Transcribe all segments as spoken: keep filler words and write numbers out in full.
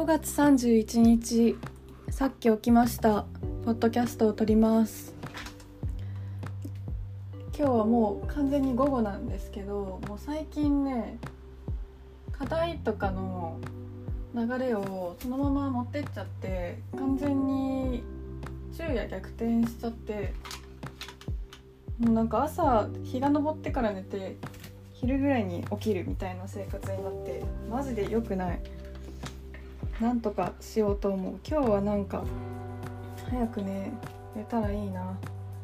ごがつさんじゅういちにち、さっき起きました。ポッドキャストを撮ります。今日はもう完全に午後なんですけど、もう最近ね、課題とかの流れをそのまま持ってっちゃって完全に昼夜逆転しちゃって、もうなんか朝日が昇ってから寝て昼ぐらいに起きるみたいな生活になって、マジで良くない。なんとかしようと思う。今日はなんか早くね寝たらいいな。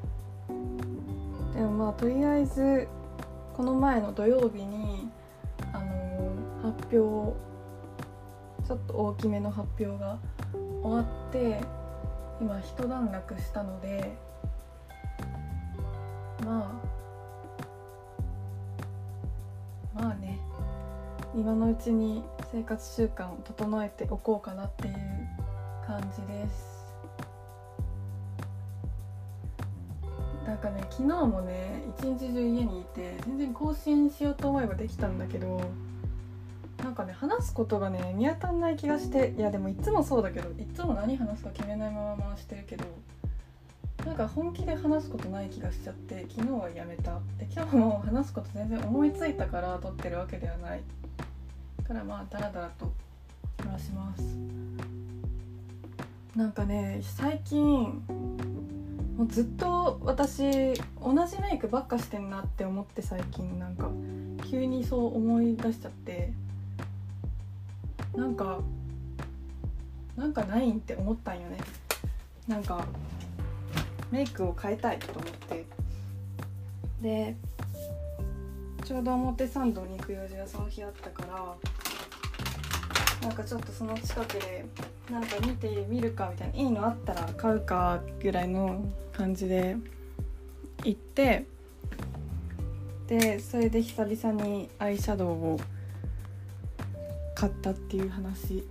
でもまあとりあえずこの前の土曜日にあのー、発表ちょっと大きめの発表が終わって今一段落したので、まあまあね今のうちに生活習慣を整えておこうかなっていう感じです。なんかね昨日もね一日中家にいて全然更新しようと思えばできたんだけど、なんかね話すことがね見当たんない気がして、いやでもいつもそうだけど、いつも何話すか決めないまま回してるけど、なんか本気で話すことない気がしちゃって昨日はやめた。で今日も話すこと全然思いついたから撮ってるわけではないからまあダラダラと話します。なんかね最近もうずっと私同じメイクばっかしてんなって思って、最近なんか急にそう思い出しちゃって、なんかなんかないんって思ったんよね。なんかメイクを変えたいと思って、でちょうど表参道に行く用事がその日あったから、なんかちょっとその近くでなんか見てみるかみたいな、いいのあったら買うかぐらいの感じで行って、でそれで久々にアイシャドウを買ったっていう話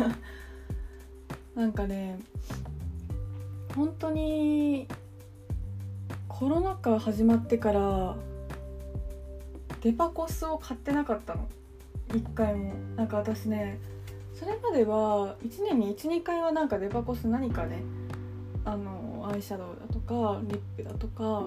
なんかね本当にコロナ禍始まってからデパコスを買ってなかったの、一回も。なんか私ねそれまではいちねんに いち,に 回はなんかデパコス何かねあのアイシャドウだとかリップだとか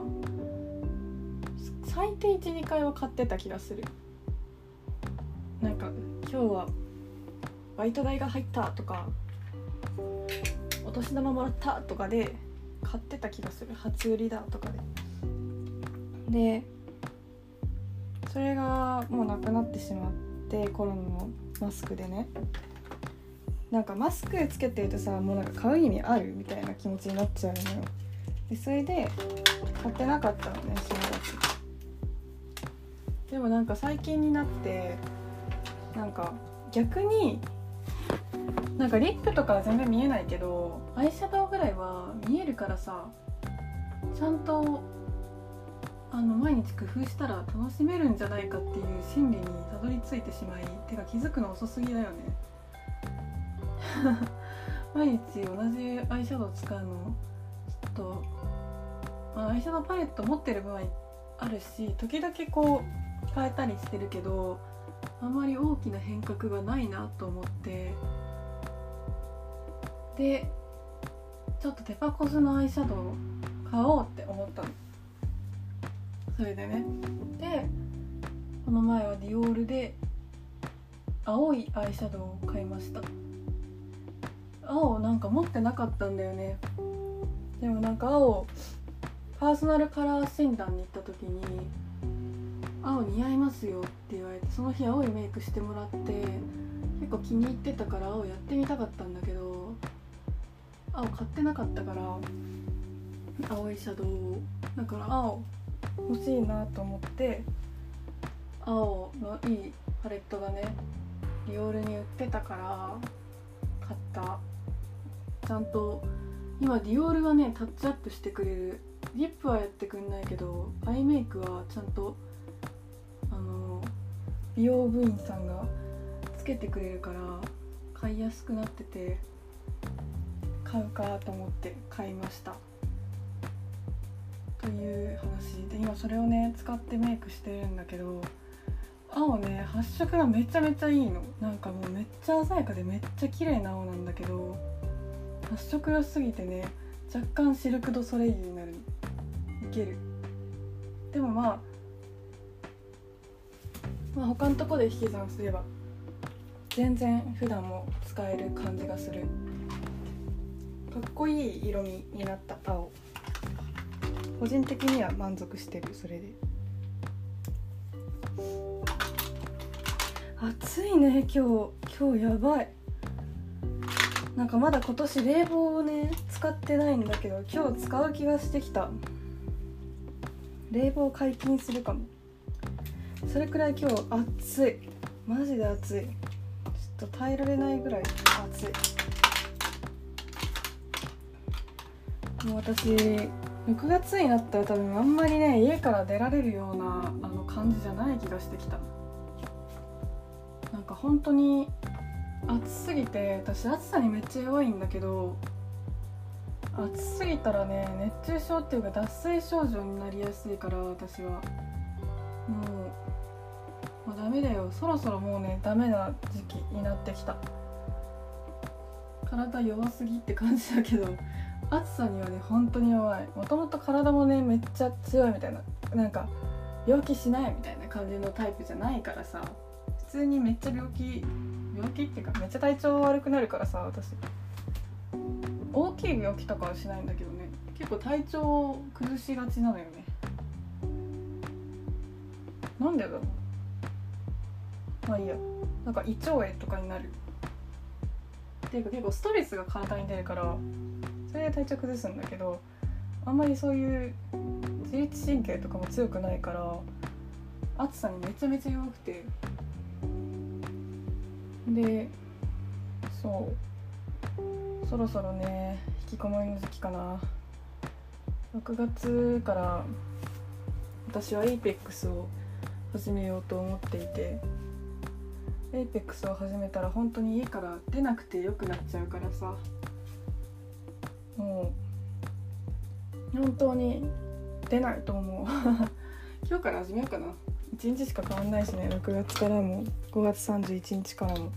最低 いち,に 回は買ってた気がする。なんか今日はバイト代が入ったとかお年玉もらったとかで買ってた気がする。初売りだとかで。でそれがもうなくなってしまって、コロナのマスクでね、なんかマスクつけてるとさ、もうなんか買う意味あるみたいな気持ちになっちゃうのよ。でそれで買ってなかったのね、しばらく。でもなんか最近になってなんか逆になんかリップとかは全然見えないけどアイシャドウぐらいは見えるからさ、ちゃんとあの毎日工夫したら楽しめるんじゃないかっていう心理にたどり着いてしまい、てか気づくの遅すぎだよね毎日同じアイシャドウ使うのちょっと、まあ、アイシャドウパレット持ってる場合あるし、時々こう変えたりしてるけどあんまり大きな変革がないなと思って、でちょっとデパコスのアイシャドウ買おうって思ったの。それでね、でこの前はディオールで青いアイシャドウを買いました。青なんか持ってなかったんだよね。でもなんか青パーソナルカラー診断に行った時に青似合いますよって言われて、その日青いメイクしてもらって結構気に入ってたから青やってみたかったんだけど、青買ってなかったから青いシャドウを、だから青欲しいなと思って青のいいパレットがねディオールに売ってたから買った。ちゃんと今ディオールはねタッチアップしてくれる。リップはやってくんないけどアイメイクはちゃんとあの美容部員さんがつけてくれるから買いやすくなってて、買うかと思って買いましたという話で、今それをね使ってメイクしてるんだけど、 青ね発色がめちゃめちゃいいの。なんかもうめっちゃ鮮やかでめっちゃ綺麗な青なんだけど、発色良すぎてね若干シルク・ド・ソレイユになる。いける。でもまあまあ他のとこで引き算すれば全然普段も使える感じがする。かっこいい色味になった青。個人的には満足してる。それで暑いね今日。今日やばい。なんかまだ今年冷房をね使ってないんだけど、今日使う気がしてきた。冷房解禁するかも。それくらい今日暑い。マジで暑い。ちょっと耐えられないぐらい暑い。もう私ろくがつになったら多分あんまりね家から出られるようなあの感じじゃない気がしてきた。なんか本当に暑すぎて、私暑さにめっちゃ弱いんだけど、暑すぎたらね熱中症っていうか脱水症状になりやすいから、私はもうもうダメだよ。そろそろもうねダメな時期になってきた。体弱すぎって感じだけど暑さにはね本当に弱い。もともと体もねめっちゃ強いみたいな、なんか病気しないみたいな感じのタイプじゃないからさ、普通にめっちゃ病気病気っていうかめっちゃ体調悪くなるからさ、私大きい病気とかはしないんだけどね、結構体調を崩しがちなのよね。なんでだろう。まあいいや。なんか胃腸炎とかになるっていうか、結構ストレスが体に出るからそれで体調崩すんだけど、あんまりそういう自律神経とかも強くないから暑さにめちゃめちゃ弱くて、でそうそろそろね引きこもりの時期かな。ろくがつから私はエイペックスを始めようと思っていて、エイペックスを始めたら本当に家から出なくてよくなっちゃうからさ、もう本当に出ないと思う今日から始めようかな。いちにちしか変わんないしね、ろくがつからもごがつさんじゅういちにちからも。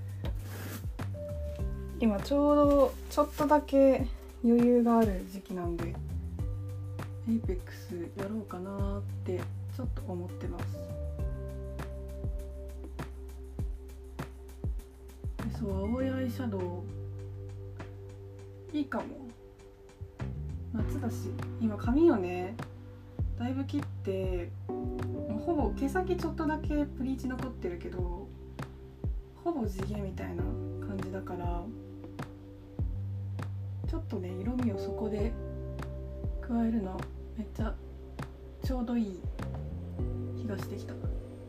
今ちょうどちょっとだけ余裕がある時期なんでエイペックスやろうかなってちょっと思ってます。そう、青いアイシャドウいいかも。夏だし、今髪をねだいぶ切って、もうほぼ毛先ちょっとだけプリーチ残ってるけどほぼ地毛みたいな感じだから、ちょっとね色味をそこで加えるのめっちゃちょうどいい気がしてきた。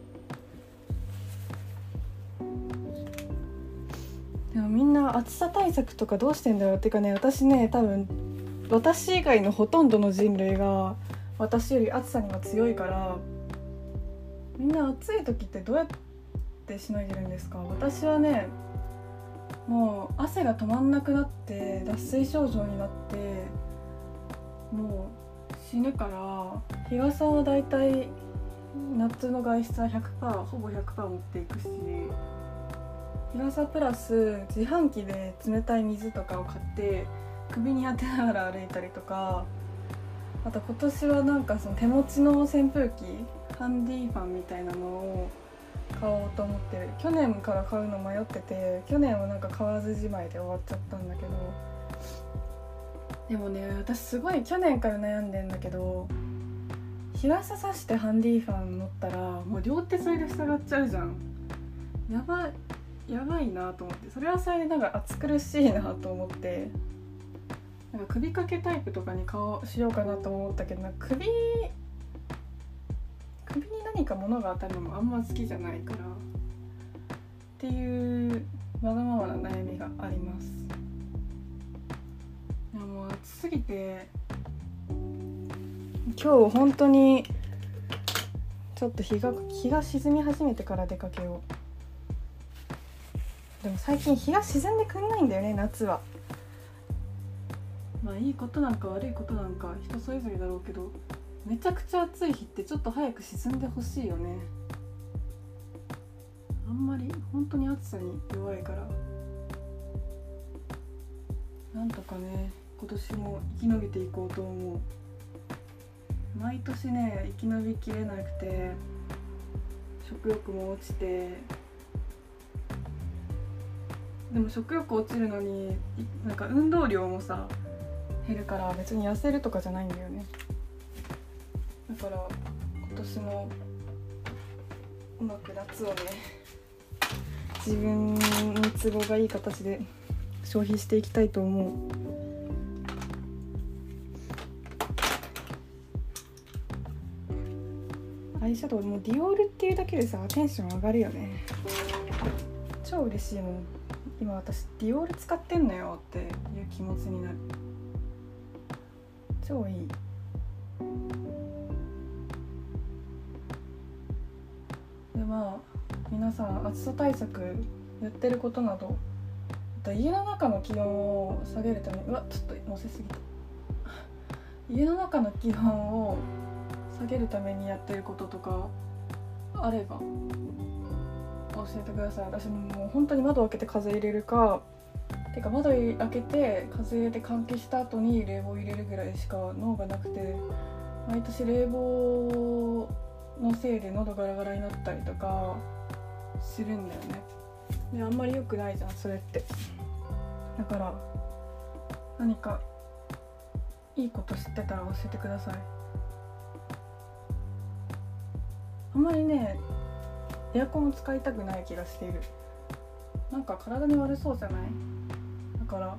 でもみんな暑さ対策とかどうしてんだろうっていうかね、私ね多分私以外のほとんどの人類が私より暑さには強いから、みんな暑い時ってどうやってしのいでるんですか？私はねもう汗が止まんなくなって脱水症状になってもう死ぬから、日傘はだいたい夏の外出は ひゃくパーセント ほぼ ひゃくパーセント 持っていくし、日傘プラス自販機で冷たい水とかを買って首に当てながら歩いたりとか、あと今年はなんかその手持ちの扇風機ハンディファンみたいなのを買おうと思ってる。去年から買うの迷ってて、去年はなんか買わずじまいで終わっちゃったんだけど、でもね私すごい去年から悩んでんだけど、日傘さしてハンディファン乗ったらもう両手それで塞がっちゃうじゃん。やばいやばいなと思って、それはそれでなんか暑苦しいなと思って、なんか首掛けタイプとかに顔しようかなと思ったけど、なんか首首に何か物が当たるのもあんま好きじゃないからっていうわがままな悩みがあります。でももう暑すぎて今日本当にちょっと日が日が沈み始めてから出かけよう。でも最近日が沈んでくんないんだよね、夏は。まあいいことなんか悪いことなんか人それぞれだろうけど、めちゃくちゃ暑い日ってちょっと早く沈んでほしいよね。 あんまり本当に暑さに弱いから、なんとかね今年も生き延びていこうと思う。毎年ね生き延びきれなくて食欲も落ちて、でも食欲落ちるのになんか運動量もさ減るから別に痩せるとかじゃないんだよね。だから今年もうまく夏をね自分に都合がいい形で消費していきたいと思う。アイシャドウもうディオールっていうだけでさテンション上がるよね。超嬉しいもん。今私ディオール使ってんのよっていう気持ちになる。超いい。でまあ皆さん暑さ対策やってることなど、家の中の気温を下げるために、うわちょっと乗せすぎた家の中の気温を下げるためにやってることとかあれば教えてください。私もう本当に窓を開けて風入れるか、てか窓開けて風入れて換気した後に冷房入れるぐらいしか脳がなくて、毎年冷房のせいで喉ガラガラになったりとかするんだよね。であんまり良くないじゃんそれって。だから何かいいこと知ってたら教えてください。あんまりねエアコンを使いたくない気がしている。なんか体に悪そうじゃない？だから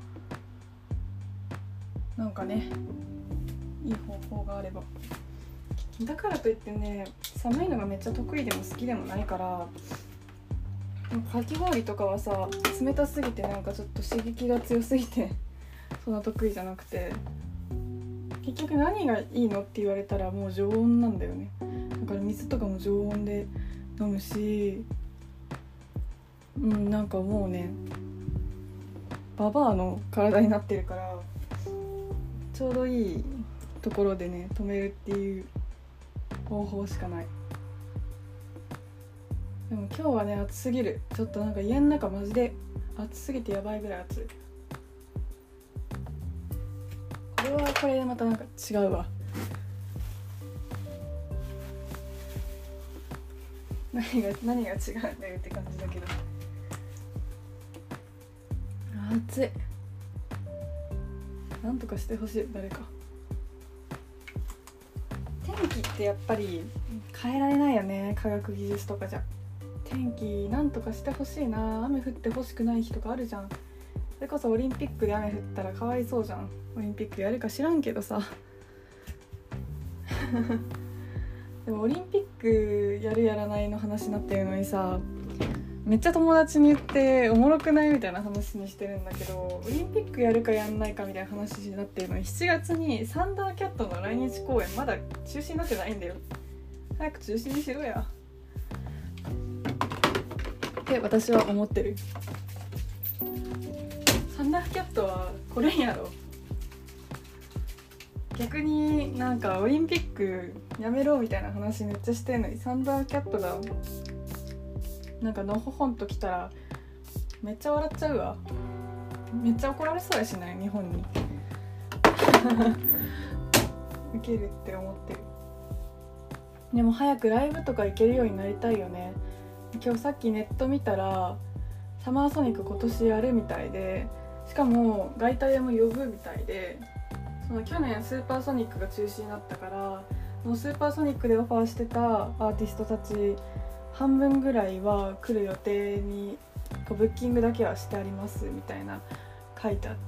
なんかねいい方法があれば。だからといってね寒いのがめっちゃ得意でも好きでもないから、かき氷とかはさ冷たすぎてなんかちょっと刺激が強すぎてそんな得意じゃなくて、結局何がいいのって言われたらもう常温なんだよね。だから水とかも常温で飲むし、うんなんかもうねババアの体になってるからちょうどいいところでね止めるっていう方法しかない。でも今日はね暑すぎる。ちょっとなんか家の中マジで暑すぎてやばいぐらい暑い。これはこれでまたなんか違うわ。何が何が違うんだよって感じだけど、暑い。なんとかしてほしい誰か。天気ってやっぱり変えられないよね、科学技術とかじゃ。天気なんとかしてほしいな。雨降ってほしくない日とかあるじゃん。それこそオリンピックで雨降ったらかわいそうじゃん。オリンピックやるか知らんけどさでもオリンピックやるやらないの話になってるのにさ、めっちゃ友達に言っておもろくないみたいな話にしてるんだけど、オリンピックやるかやんないかみたいな話になってるのに、しちがつにサンダーキャットの来日公演まだ中止になってないんだよ。早く中止にしろやって私は思ってる。サンダーキャットは来れんやろ。逆になんかオリンピックやめろみたいな話めっちゃしてんのに、サンダーキャットがなんかのほほんと来たらめっちゃ笑っちゃうわ。めっちゃ怒られそうやしない日本にウケるって思ってる。でも早くライブとか行けるようになりたいよね。今日さっきネット見たらサマーソニック今年やるみたいで、しかも外タレも呼ぶみたいで、その去年スーパーソニックが中止になったから、もうスーパーソニックでオファーしてたアーティストたち半分ぐらいは来る予定に、ブッキングだけはしてありますみたいな書いてあって、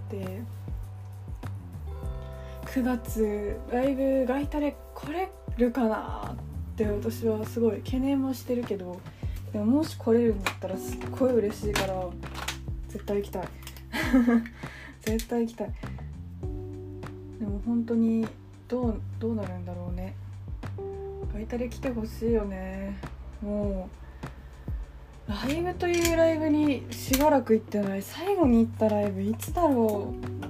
くがつライブ外タレ来れるかなって私はすごい懸念もしてるけど、でももし来れるんだったらすっごい嬉しいから絶対行きたい絶対行きたい。でも本当にどうどうなるんだろうね。外タレ来てほしいよね。もうライブというライブにしばらく行ってない。最後に行ったライブいつだろ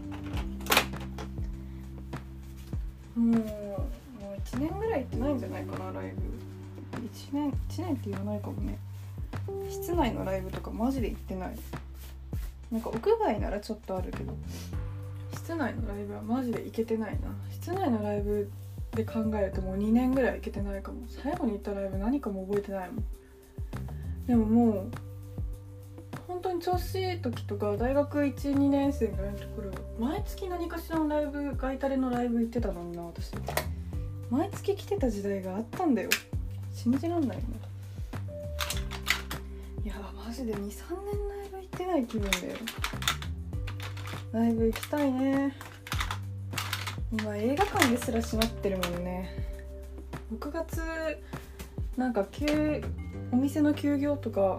う。もうもういちねんぐらい行ってないんじゃないかなライブ。いちねんいちねんって言わないかもね。 室内のライブとかマジで行ってない。なんか屋外ならちょっとあるけど、室内のライブはマジで行けてないな。室内のライブで考えるともうにねんぐらい行けてないかも。最後に行ったライブ何かも覚えてないもん。でももう本当に調子いい時とか大学いち、にねん生ぐらいのところ毎月何かしらのライブ、ガイタレのライブ行ってたのにな。私毎月来てた時代があったんだよ。信じらんないね。いやマジでに、さんねんライブ行ってない気分だよ。ライブ行きたいね。今映画館ですら閉まってるもんね。ろくがつなんか休お店の休業とか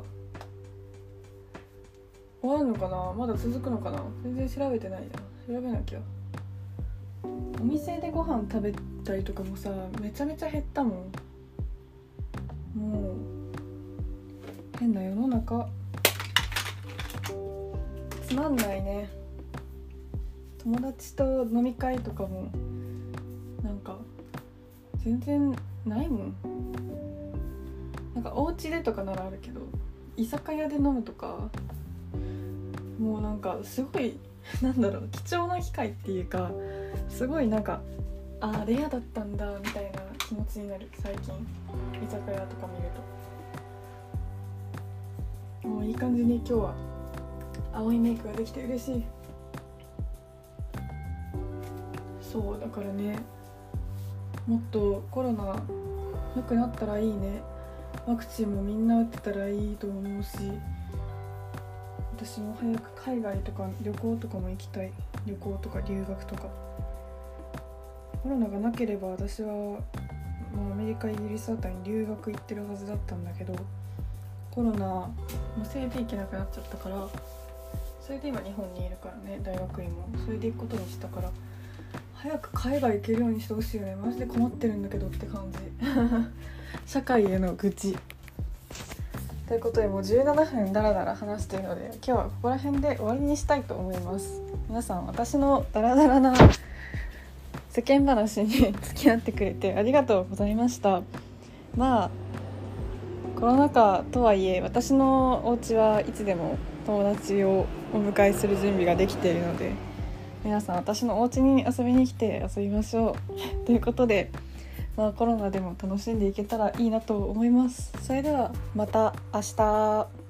終わるのかな、まだ続くのかな、全然調べてないや。調べなきゃ。お店でご飯食べたりとかもさ、めちゃめちゃ減ったもん。もう変な世の中。つまんないね。友達と飲み会とかもなんか全然ないもん。なんかお家でとかならあるけど、居酒屋で飲むとかもうなんかすごいなんだろう、貴重な機会っていうか、すごいなんかあーレアだったんだみたいな気持ちになる最近。居酒屋とか見るともういい感じに今日は青いメイクができて嬉しい。そうだからね、もっとコロナ良くなったらいいね。ワクチンもみんな打ってたらいいと思うし、私も早く海外とか旅行とかも行きたい。旅行とか留学とか。コロナがなければ私はもうアメリカ、イギリスあたりに留学行ってるはずだったんだけど、コロナのせいで行けなくなっちゃったから、それで今日本にいるからね、大学院もそれで行くことにしたから、早く海外行けるようにしてほしいよね。マジで困ってるんだけどって感じ社会への愚痴ということで、もうじゅうななふんダラダラ話しているので、今日はここら辺で終わりにしたいと思います。皆さん、私のダラダラな世間話に付き合ってくれてありがとうございました。まあコロナ禍とはいえ、私のお家はいつでも友達をお迎えする準備ができているので、皆さん私のお家に遊びに来て遊びましょうということで、まあ、コロナでも楽しんでいけたらいいなと思います。それではまた明日。